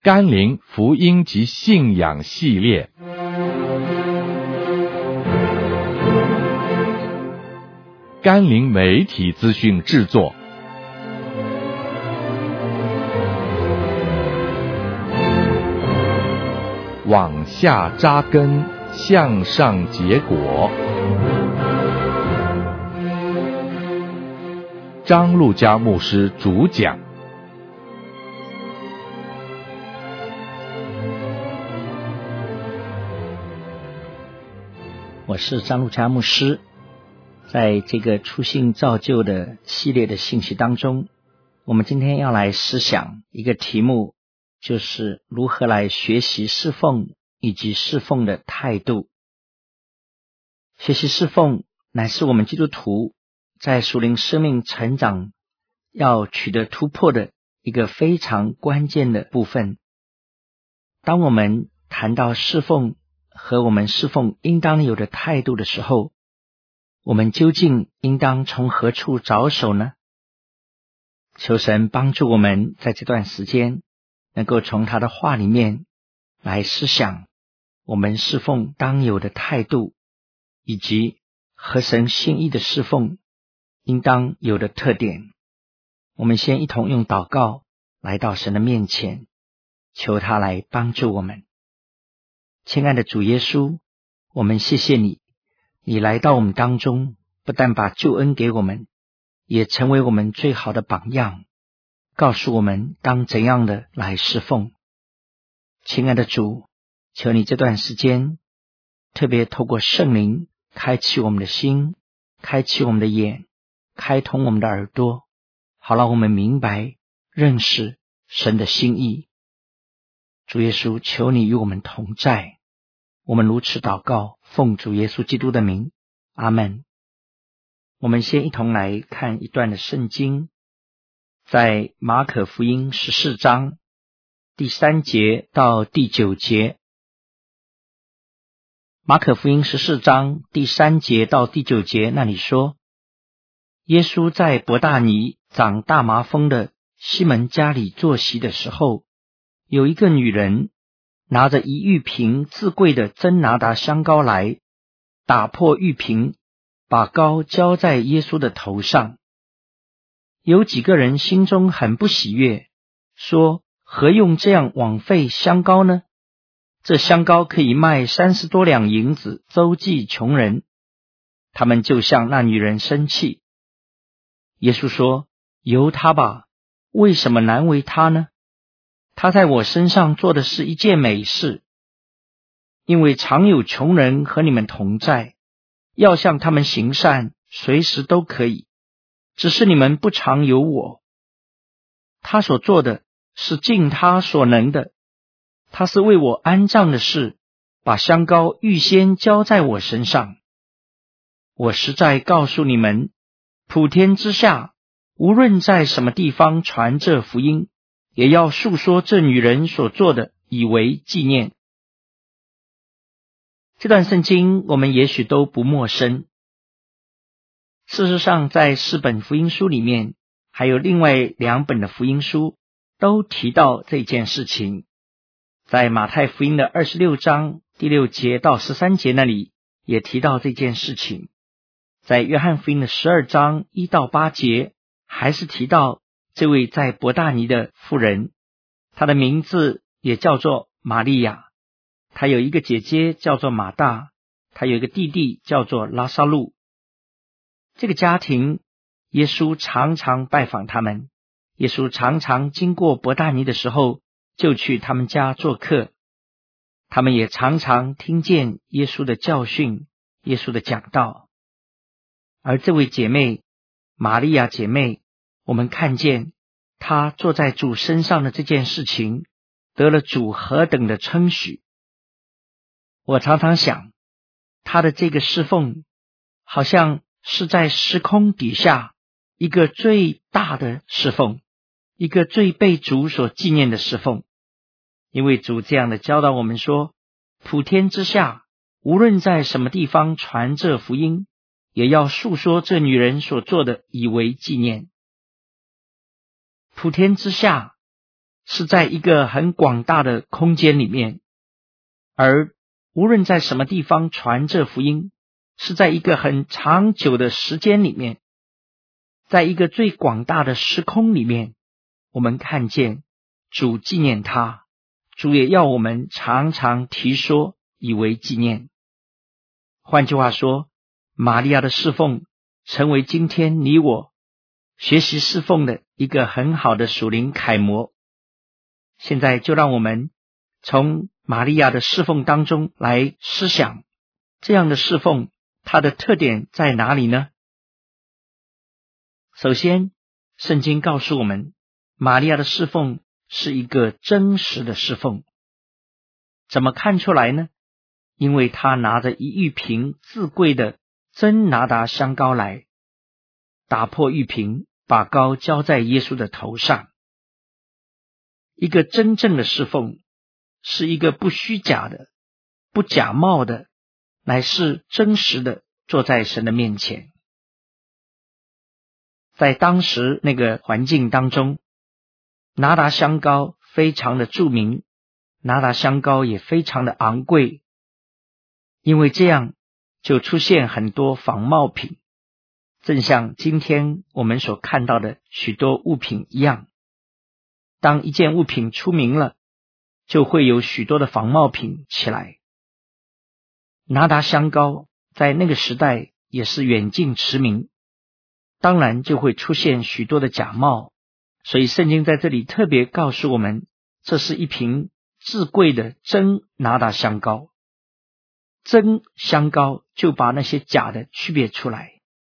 甘霖福音及信仰系列，甘霖媒体资讯制作。往下扎根，向上结果。张路嘉牧师主讲。 我是张路嘉牧师，在这个初信造就的系列的信息当中，我们今天要来思想一个题目，就是如何来学习侍奉以及侍奉的态度。学习侍奉乃是我们基督徒在属灵生命成长要取得突破的一个非常关键的部分。当我们谈到侍奉和我们侍奉应当有的态度的时候，我们究竟应当从何处着手呢？求神帮助我们在这段时间能够从他的话里面来思想我们侍奉当有的态度，以及合神心意的侍奉应当有的特点。我们先一同用祷告来到神的面前，求他来帮助我们。亲爱的主耶稣，我们谢谢你，你来到我们当中，不但把救恩给我们，也成为我们最好的榜样，告诉我们当怎样的来侍奉。亲爱的主，求你这段时间特别透过圣灵开启我们的心，开启我们的眼，开通我们的耳朵，好让我们明白认识神的心意。主耶稣，求你与我们同在，我们如此祷告，奉主耶稣基督的名，阿们。我们先一同来看一段的圣经，在马可福音14章第3节到第9节。马可福音14章第3节到第9节那里说，耶稣在伯大尼长大麻风的西门家里坐席的时候，有一个女人拿着一玉瓶至贵的真拿达香膏来，打破玉瓶，把膏浇在耶稣的头上。有几个人心中很不喜悦，说何用这样枉费香膏呢？这香膏可以卖30多两银子，周济穷人。他们就向那女人生气。耶稣说，由她吧，为什么难为她呢？她在我身上做的是一件美事，因为常有穷人和你们同在，要向他们行善，随时都可以，只是你们不常有我。他所做的是尽他所能的，他是为我安葬的事，把香膏预先浇在我身上。我实在告诉你们，普天之下，无论在什么地方传这福音，也要述说这女人所做的，以为纪念。这段圣经我们也许都不陌生。事实上，在4本福音书里面，还有另外2本的福音书都提到这件事情。在马太福音的26章第6节到13节那里也提到这件事情。在约翰福音的12章1到8节还是提到这位在伯大尼的妇人，她的名字也叫做玛利亚，她有一个姐姐叫做马大，她有一个弟弟叫做拉撒路。这个家庭，耶稣常常拜访他们，耶稣常常经过伯大尼的时候就去他们家做客，他们也常常听见耶稣的教训，耶稣的讲道。而这位姐妹玛利亚姐妹，我们看见她坐在主身上的这件事情，得了主何等的称许。我常常想，她的这个侍奉好像是在时空底下一个最大的侍奉，一个最被主所纪念的侍奉。因为主这样的教导我们说，普天之下，无论在什么地方传这福音，也要述说这女人所做的，以为纪念。普天之下是在一个很广大的空间里面，而无论在什么地方传这福音，是在一个很长久的时间里面，在一个最广大的时空里面，我们看见主纪念他，主也要我们常常提说，以为纪念。换句话说，玛利亚的侍奉成为今天你我学习侍奉的一个很好的属灵楷模。现在就让我们从玛利亚的侍奉当中来思想，这样的侍奉它的特点在哪里呢？首先，圣经告诉我们，玛利亚的侍奉是一个真实的侍奉。怎么看出来呢？因为她拿着一玉瓶至贵的真拿达香膏来，打破玉瓶，把膏浇在耶稣的头上。一个真正的侍奉是一个不虚假的、不假冒的，乃是真实的坐在神的面前。在当时那个环境当中，拿达香膏非常的著名，拿达香膏也非常的昂贵，因为这样就出现很多仿冒品，正像今天我们所看到的许多物品一样。当一件物品出名了，就会有许多的仿冒品起来。拿达香膏在那个时代也是远近驰名，当然就会出现许多的假冒。所以圣经在这里特别告诉我们，这是一瓶至贵的真拿达香膏。真香膏就把那些假的区别出来。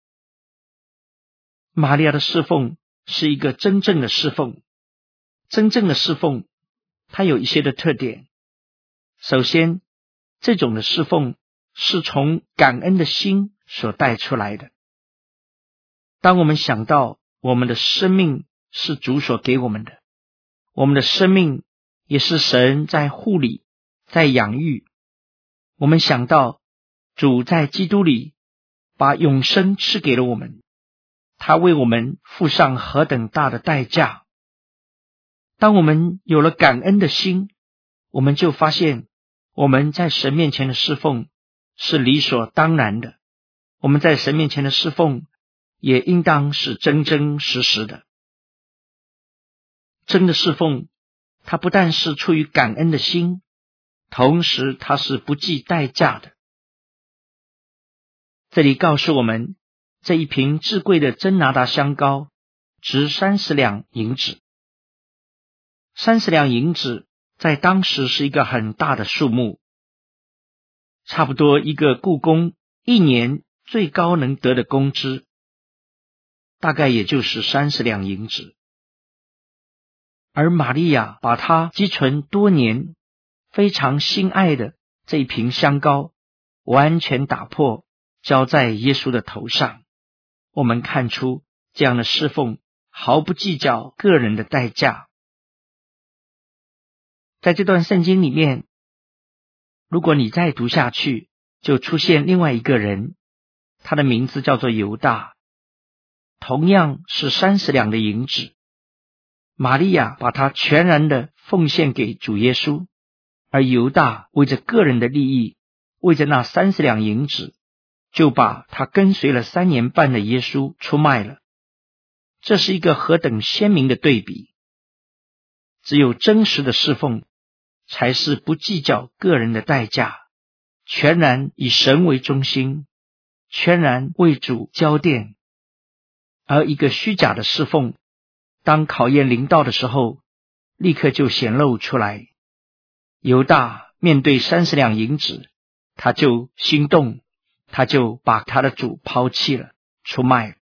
玛利亚的侍奉是一个真正的侍奉。真正的侍奉它有一些的特点。首先，这种的侍奉是从感恩的心所带出来的。当我们想到我们的生命是主所给我们的，我们的生命也是神在护理、在养育，我们想到主在基督里把永生赐给了我们，他为我们付上何等大的代价。当我们有了感恩的心，我们就发现我们在神面前的侍奉是理所当然的，我们在神面前的侍奉也应当是真真实实的。真的侍奉，它不但是出于感恩的心，同时它是不计代价的。这里告诉我们，这一瓶至贵的真拿达香膏值30两银子。30两银子在当时是一个很大的数目，差不多一个雇工一年最高能得的工资，大概也就是30两银子。而玛利亚把她积存多年非常心爱的这一瓶香膏完全打破，浇在耶稣的头上。我们看出这样的侍奉毫不计较个人的代价。在这段圣经里面，如果你再读下去，就出现另外一个人，他的名字叫做犹大，同样是30两的银子。玛利亚把他全然的奉献给主耶稣，而犹大为着个人的利益，为着那30两银子，就把他跟随了3年半的耶稣出卖了。这是一个何等鲜明的对比。只有真实的侍奉才是不计较个人的代价，全然以神为中心，全然为主交奠。而一个虚假的侍奉，当考验临到的时候，立刻就显露出来。犹大面对30两银子，他就心动，他就把他的主抛弃了，出卖了。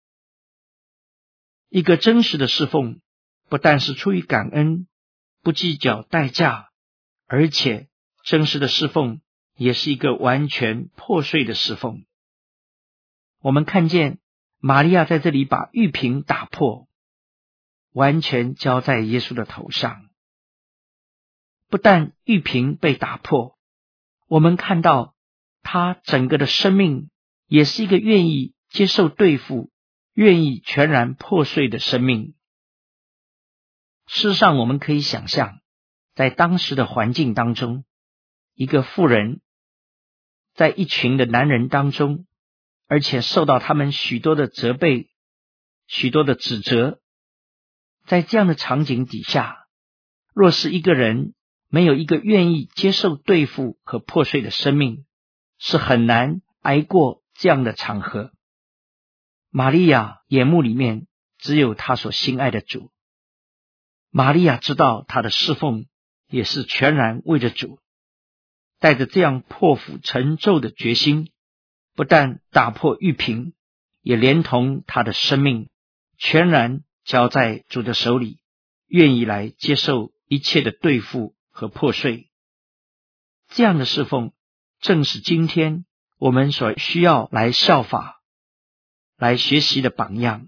一个真实的侍奉，不但是出于感恩，不计较代价，而且真实的侍奉也是一个完全破碎的侍奉。我们看见玛利亚在这里把玉瓶打破，完全浇在耶稣的头上。不但玉瓶被打破，我们看到他整个的生命也是一个愿意接受对付、愿意全然破碎的生命。 事实上我们可以想象，在当时的环境当中，一个妇人在一群的男人当中，而且受到他们许多的责备，许多的指责，在这样的场景底下，若是一个人没有一个愿意接受对付和破碎的生命，是很难挨过这样的场合。玛利亚眼目里面只有她所心爱的主，玛利亚知道她的侍奉也是全然为着主，带着这样破釜沉舟的决心，不但打破玉瓶，也连同她的生命全然交在主的手里，愿意来接受一切的对付和破碎。这样的侍奉正是今天我们所需要来效法来学习的榜样。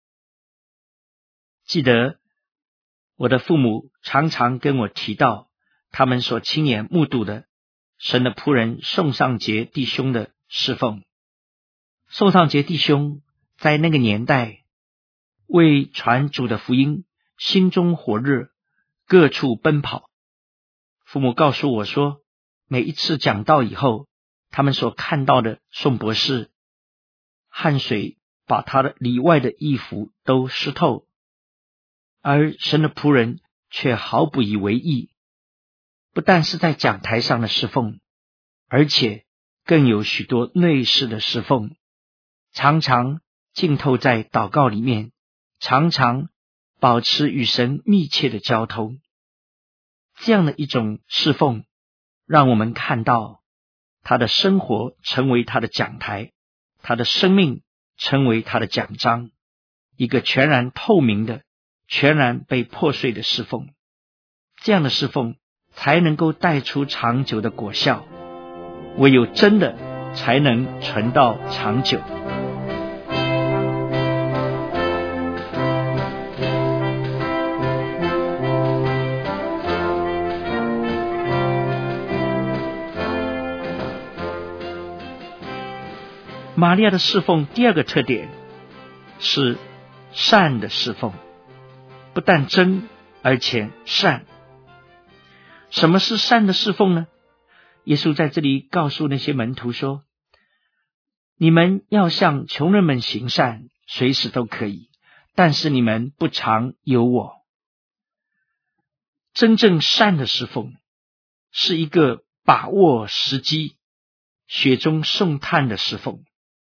记得我的父母常常跟我提到他们所亲眼目睹的神的仆人宋尚杰弟兄的侍奉。宋尚杰弟兄在那个年代为传主的福音心中火热，各处奔跑。父母告诉我说，每一次讲道以后，他们所看到的宋博士汗水把他的里外的衣服都湿透，而神的仆人却毫不以为意，不但是在讲台上的侍奉，而且更有许多内室的侍奉，常常浸透在祷告里面，常常保持与神密切的交通。这样的一种侍奉，让我们看到他的生活成为他的讲台，他的生命成为他的讲章，一个全然透明的、全然被破碎的侍奉。这样的侍奉才能够带出长久的果效，唯有真的才能存到长久。玛利亚的侍奉第二个特点是善的侍奉，不但真而且善。什么是善的侍奉呢？耶稣在这里告诉那些门徒说，你们要向穷人们行善，随时都可以，但是你们不常有我。真正善的侍奉是一个把握时机、雪中送炭的侍奉。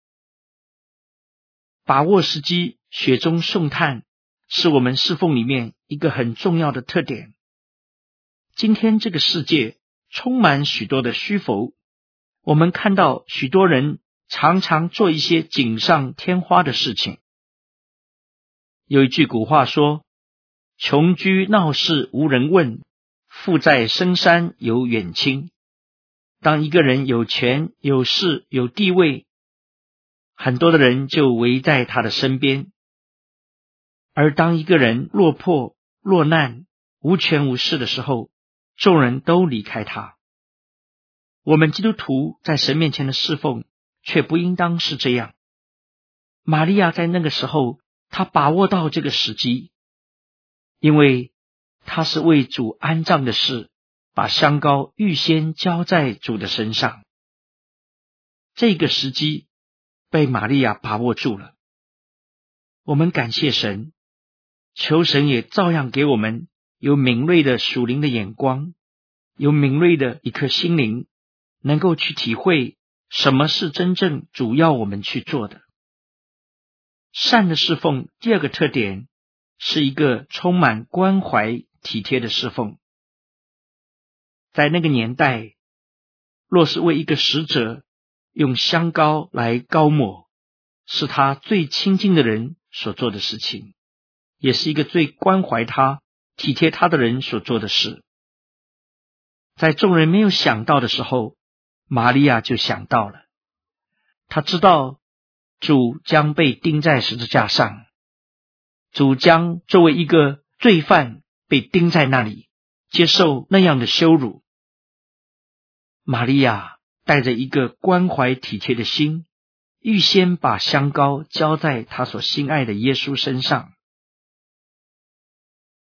把握时机、雪中送炭是我们侍奉里面一个很重要的特点。今天这个世界充满许多的虚浮，我们看到许多人常常做一些锦上添花的事情。有一句古话说，穷居闹市无人问，富在深山有远亲。当一个人有权、有势、有地位，很多的人就围在他的身边，而当一个人落魄、落难、无权无势的时候，众人都离开他。我们基督徒在神面前的侍奉却不应当是这样。玛利亚在那个时候，她把握到这个时机，因为她是为主安葬的事，把香膏预先浇在主的身上。这个时机被玛利亚把握住了。我们感谢神，求神也照样给我们有敏锐的属灵的眼光，有敏锐的一颗心灵，能够去体会什么是真正主要我们去做的。善的侍奉第二个特点是一个充满关怀体贴的侍奉。在那个年代，若是为一个使者用香膏来膏抹，是他最亲近的人所做的事情，也是一个最关怀他、体贴他的人所做的事。在众人没有想到的时候，玛利亚就想到了。他知道主将被钉在十字架上，主将作为一个罪犯被钉在那里，接受那样的羞辱。玛利亚带着一个关怀体贴的心，预先把香膏浇在他所心爱的耶稣身上。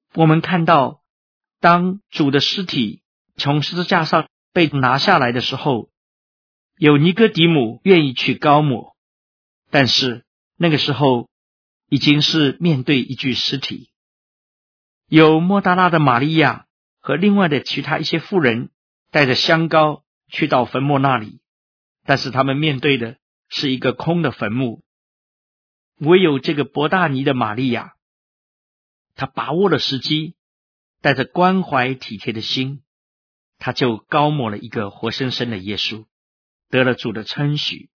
我们看到当主的尸体从十字架上被拿下来的时候，有尼哥底母愿意去膏抹，但是那个时候已经是面对一具尸体。有抹大拉的玛利亚和另外的其他一些妇人带着香膏去到坟墓那里，但是他们面对的是一个空的坟墓。唯有这个伯大尼的玛利亚，她把握了时机，带着关怀体贴的心，她就膏抹了一个活生生的耶稣，得了主的称许。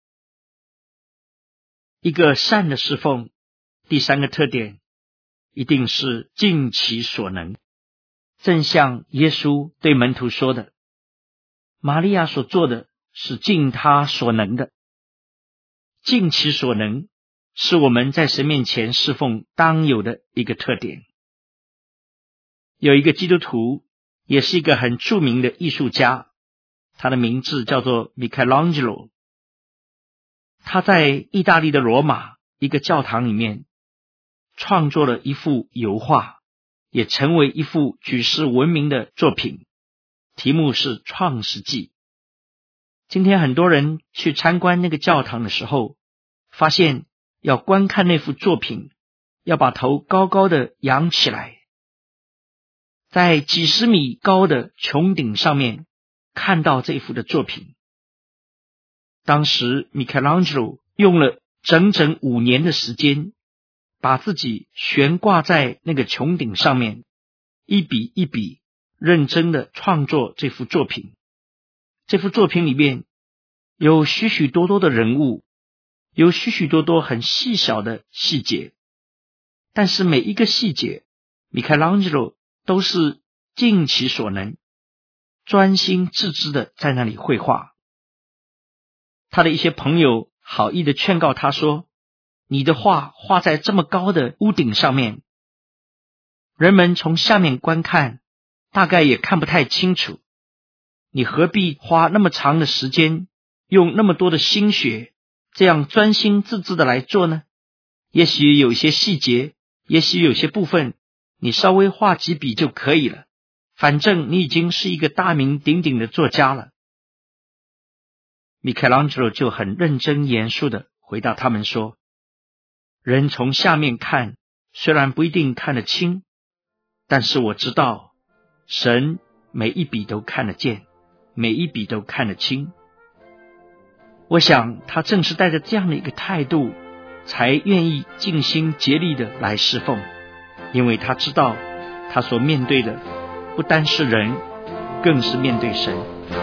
一个善的侍奉，第三个特点一定是尽其所能，正像耶稣对门徒说的，玛利亚所做的是尽他所能的。尽其所能是我们在神面前侍奉当有的一个特点。有一个基督徒，也是一个很著名的艺术家，他的名字叫做 Michelangelo。 他在意大利的罗马一个教堂里面创作了一幅油画，也成为一幅举世闻名的作品，题目是《创世纪》。今天很多人去参观那个教堂的时候，发现要观看那幅作品，要把头高高的仰起来，在几十米高的穹顶上面看到这幅的作品。当时 Michelangelo 用了整整5年的时间，把自己悬挂在那个穹顶上面，一笔一笔认真的创作这幅作品。这幅作品里面有许许多多的人物，有许许多多很细小的细节，但是每一个细节 Michelangelo 都是尽其所能，专心致志的在那里绘画。他的一些朋友好意的劝告他说，你的画画在这么高的屋顶上面，人们从下面观看大概也看不太清楚，你何必花那么长的时间，用那么多的心血，这样专心致志的来做呢？也许有些细节，也许有些部分，你稍微画几笔就可以了，反正你已经是一个大名鼎鼎的作家了。Michelangelo 就很认真严肃的回答他们说，人从下面看虽然不一定看得清，但是我知道神每一笔都看得见，每一笔都看得清。我想他正是带着这样的一个态度，才愿意尽心竭力的来侍奉，因为他知道他所面对的不单是人，更是面对神。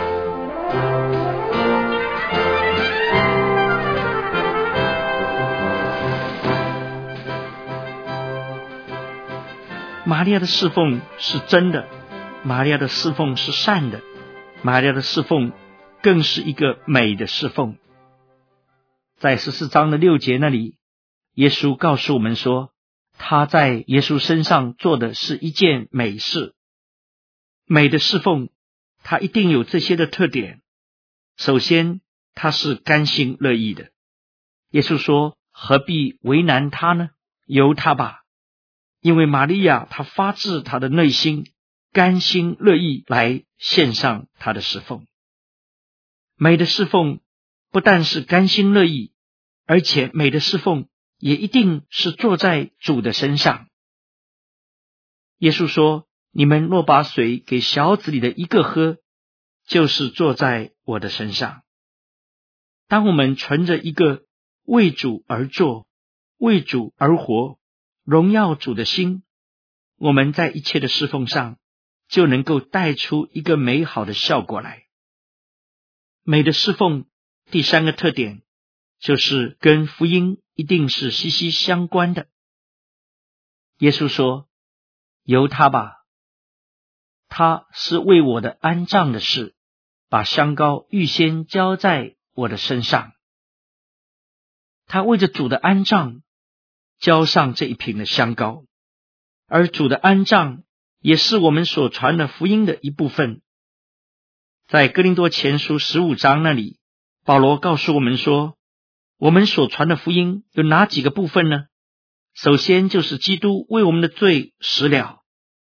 玛利亚的侍奉是真的，玛利亚的侍奉是善的，玛利亚的侍奉更是一个美的侍奉。在14章的6节那里，耶稣告诉我们说，他在耶稣身上做的是一件美事。美的侍奉，他一定有这些的特点。首先，他是甘心乐意的。耶稣说，何必为难他呢？由他吧。因为玛利亚她发自她的内心，甘心乐意来献上她的侍奉。美的侍奉不但是甘心乐意，而且美的侍奉也一定是坐在主的身上。耶稣说，你们若把水给小子里的一个喝，就是坐在我的身上。当我们存着一个为主而做，为主而活，荣耀主的心，我们在一切的侍奉上就能够带出一个美好的效果来。美的侍奉第3个特点就是跟福音一定是息息相关的。耶稣说，由他吧，他是为我的安葬的事，把香膏预先浇在我的身上。他为着主的安葬浇上这一瓶的香膏，而主的安葬也是我们所传的福音的一部分。在哥林多前书15章那里，保罗告诉我们说，我们所传的福音有哪几个部分呢？首先就是基督为我们的罪死了，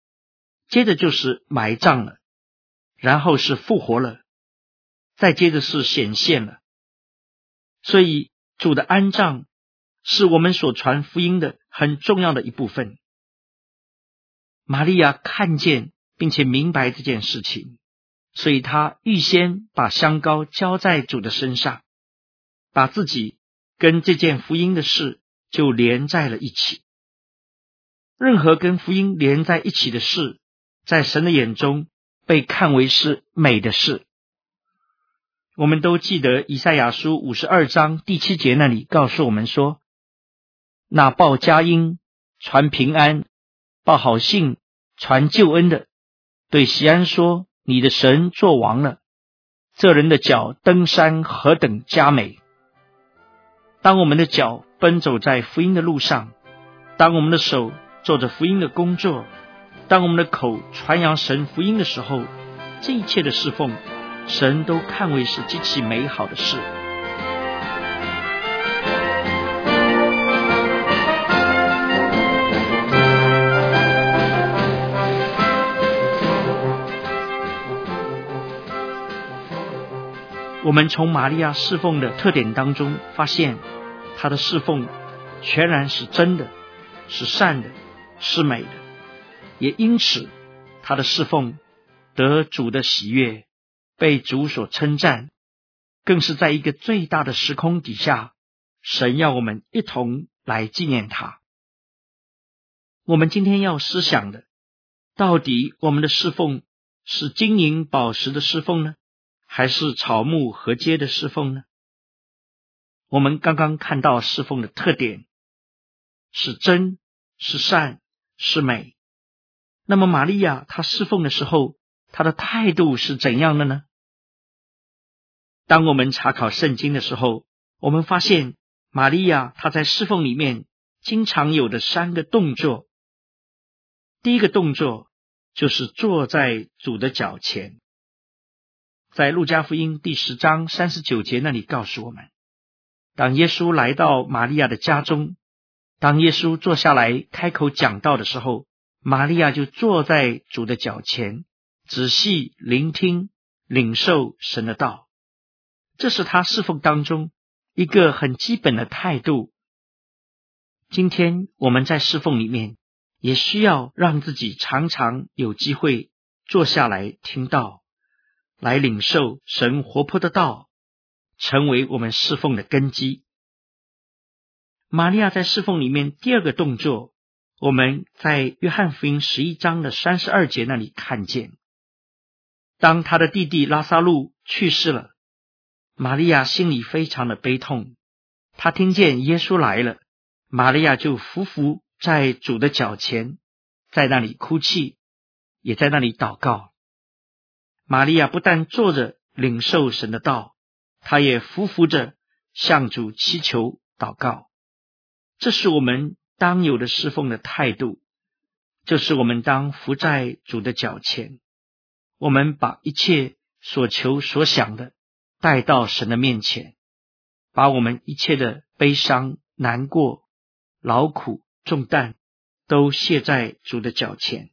接着就是埋葬了，然后是复活了，再接着是显现了。所以主的安葬是我们所传福音的很重要的一部分。玛利亚看见并且明白这件事情，所以她预先把香膏浇在主的身上，把自己跟这件福音的事就连在了一起。任何跟福音连在一起的事，在神的眼中被看为是美的事。我们都记得以赛亚书52章第7节那里告诉我们说，那报佳音、传平安、报好信、传救恩的，对锡安说，你的神作王了，这人的脚登山何等佳美。当我们的脚奔走在福音的路上，当我们的手做着福音的工作，当我们的口传扬神福音的时候，这一切的侍奉，神都看为是极其美好的事。我们从玛利亚侍奉的特点当中发现，她的侍奉全然是真的，是善的，是美的，也因此她的侍奉得主的喜悦，被主所称赞，更是在一个最大的时空底下，神要我们一同来纪念她。我们今天要思想的，到底我们的侍奉是金银宝石的侍奉呢，还是草木禾秸的侍奉呢？我们刚刚看到侍奉的特点是真，是善，是美。那么玛利亚她侍奉的时候，她的态度是怎样的呢？当我们查考圣经的时候，我们发现玛利亚她在侍奉里面经常有的3个动作。第一个动作就是坐在主的脚前。在路加福音第10章39节那里告诉我们，当耶稣来到玛利亚的家中，当耶稣坐下来开口讲道的时候，玛利亚就坐在主的脚前，仔细聆听领受神的道。这是他侍奉当中一个很基本的态度。今天我们在侍奉里面也需要让自己常常有机会坐下来听道，来领受神活泼的道，成为我们侍奉的根基。玛利亚在侍奉里面第2个动作，我们在约翰福音11章的32节那里看见，当他的弟弟拉撒路去世了，玛利亚心里非常的悲痛，她听见耶稣来了，玛利亚就伏在主的脚前，在那里哭泣，也在那里祷告。玛利亚不但坐着领受神的道，她也伏着向主祈求祷告。这是我们当有的侍奉的态度，就是我们当伏在主的脚前，我们把一切所求所想的带到神的面前，把我们一切的悲伤、难过、劳苦、重担都卸在主的脚前。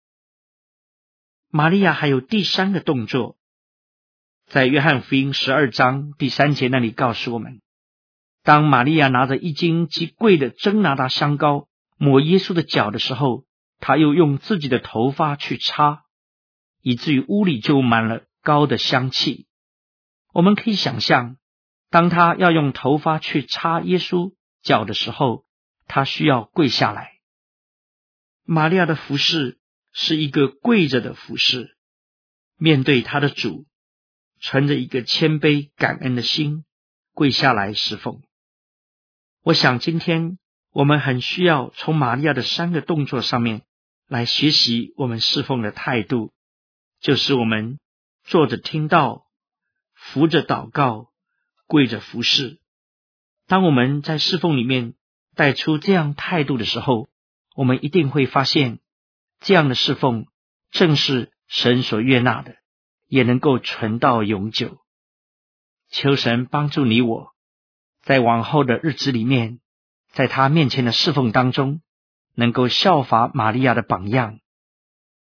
玛利亚还有第3个动作，在约翰福音12章第3节那里告诉我们，当玛利亚拿着1斤极贵的真拿达香膏抹耶稣的脚的时候，她又用自己的头发去擦，以至于屋里就满了膏的香气。我们可以想象，当她要用头发去擦耶稣脚的时候，她需要跪下来。玛利亚的服事是一个跪着的服事，面对她的主，存着一个谦卑感恩的心，跪下来侍奉。我想今天我们很需要从玛利亚的3个动作上面来学习我们侍奉的态度，就是我们坐着听道，伏着祷告，跪着服事。当我们在侍奉里面带出这样态度的时候，我们一定会发现，这样的侍奉正是神所悦纳的，也能够存到永久。求神帮助你我，在往后的日子里面，在他面前的侍奉当中，能够效法玛利亚的榜样，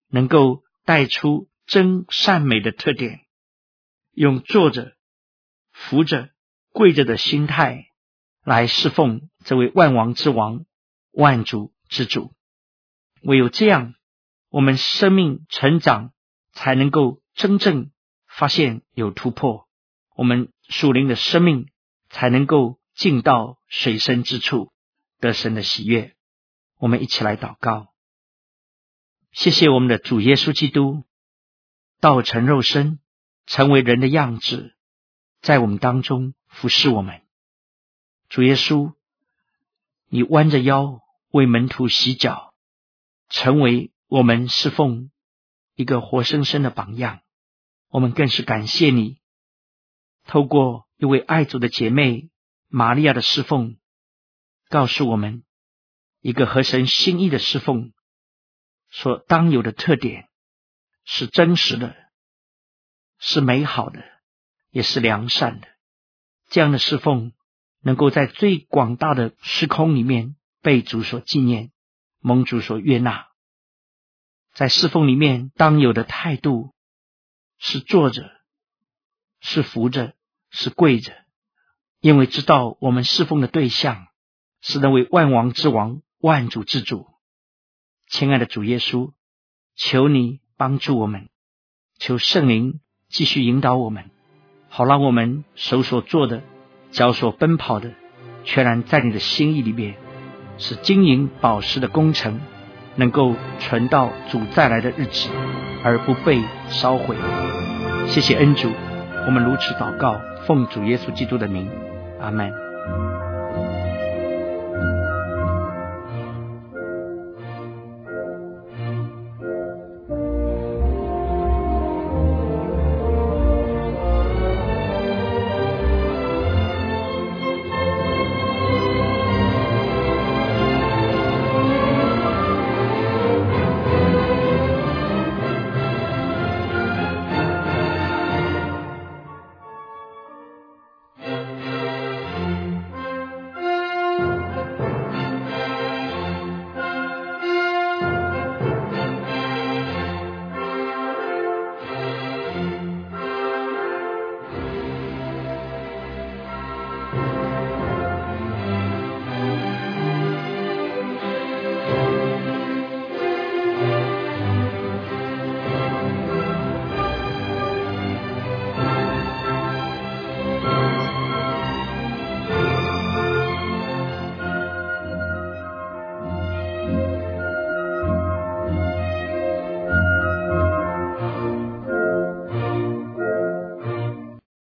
能够带出真善美的特点，用坐着、扶着、跪着的心态来侍奉这位万王之王、万主之主。唯有这样，我们生命成长才能够真正发现有突破，我们属灵的生命才能够进到水深之处，得神的喜悦。我们一起来祷告。谢谢我们的主耶稣基督道成肉身，成为人的样子，在我们当中服侍我们。主耶稣，你弯着腰为门徒洗脚，成为我们侍奉一个活生生的榜样。我们更是感谢你，透过一位爱主的姐妹玛利亚的侍奉，告诉我们一个合神心意的侍奉所当有的特点，是真实的，是美好的，也是良善的。这样的侍奉能够在最广大的时空里面被主所纪念，蒙主所悦纳。在侍奉里面当有的态度是坐着，是扶着，是跪着，因为知道我们侍奉的对象是那位万王之王、万主之主。亲爱的主耶稣，求你帮助我们，求圣灵继续引导我们，好让我们手所做的、脚所奔跑的，全然在你的心意里面，使金银宝石的工程能够存到主再来的日子，而不被烧毁。谢谢恩主，我们如此祷告，奉主耶稣基督的名，阿们。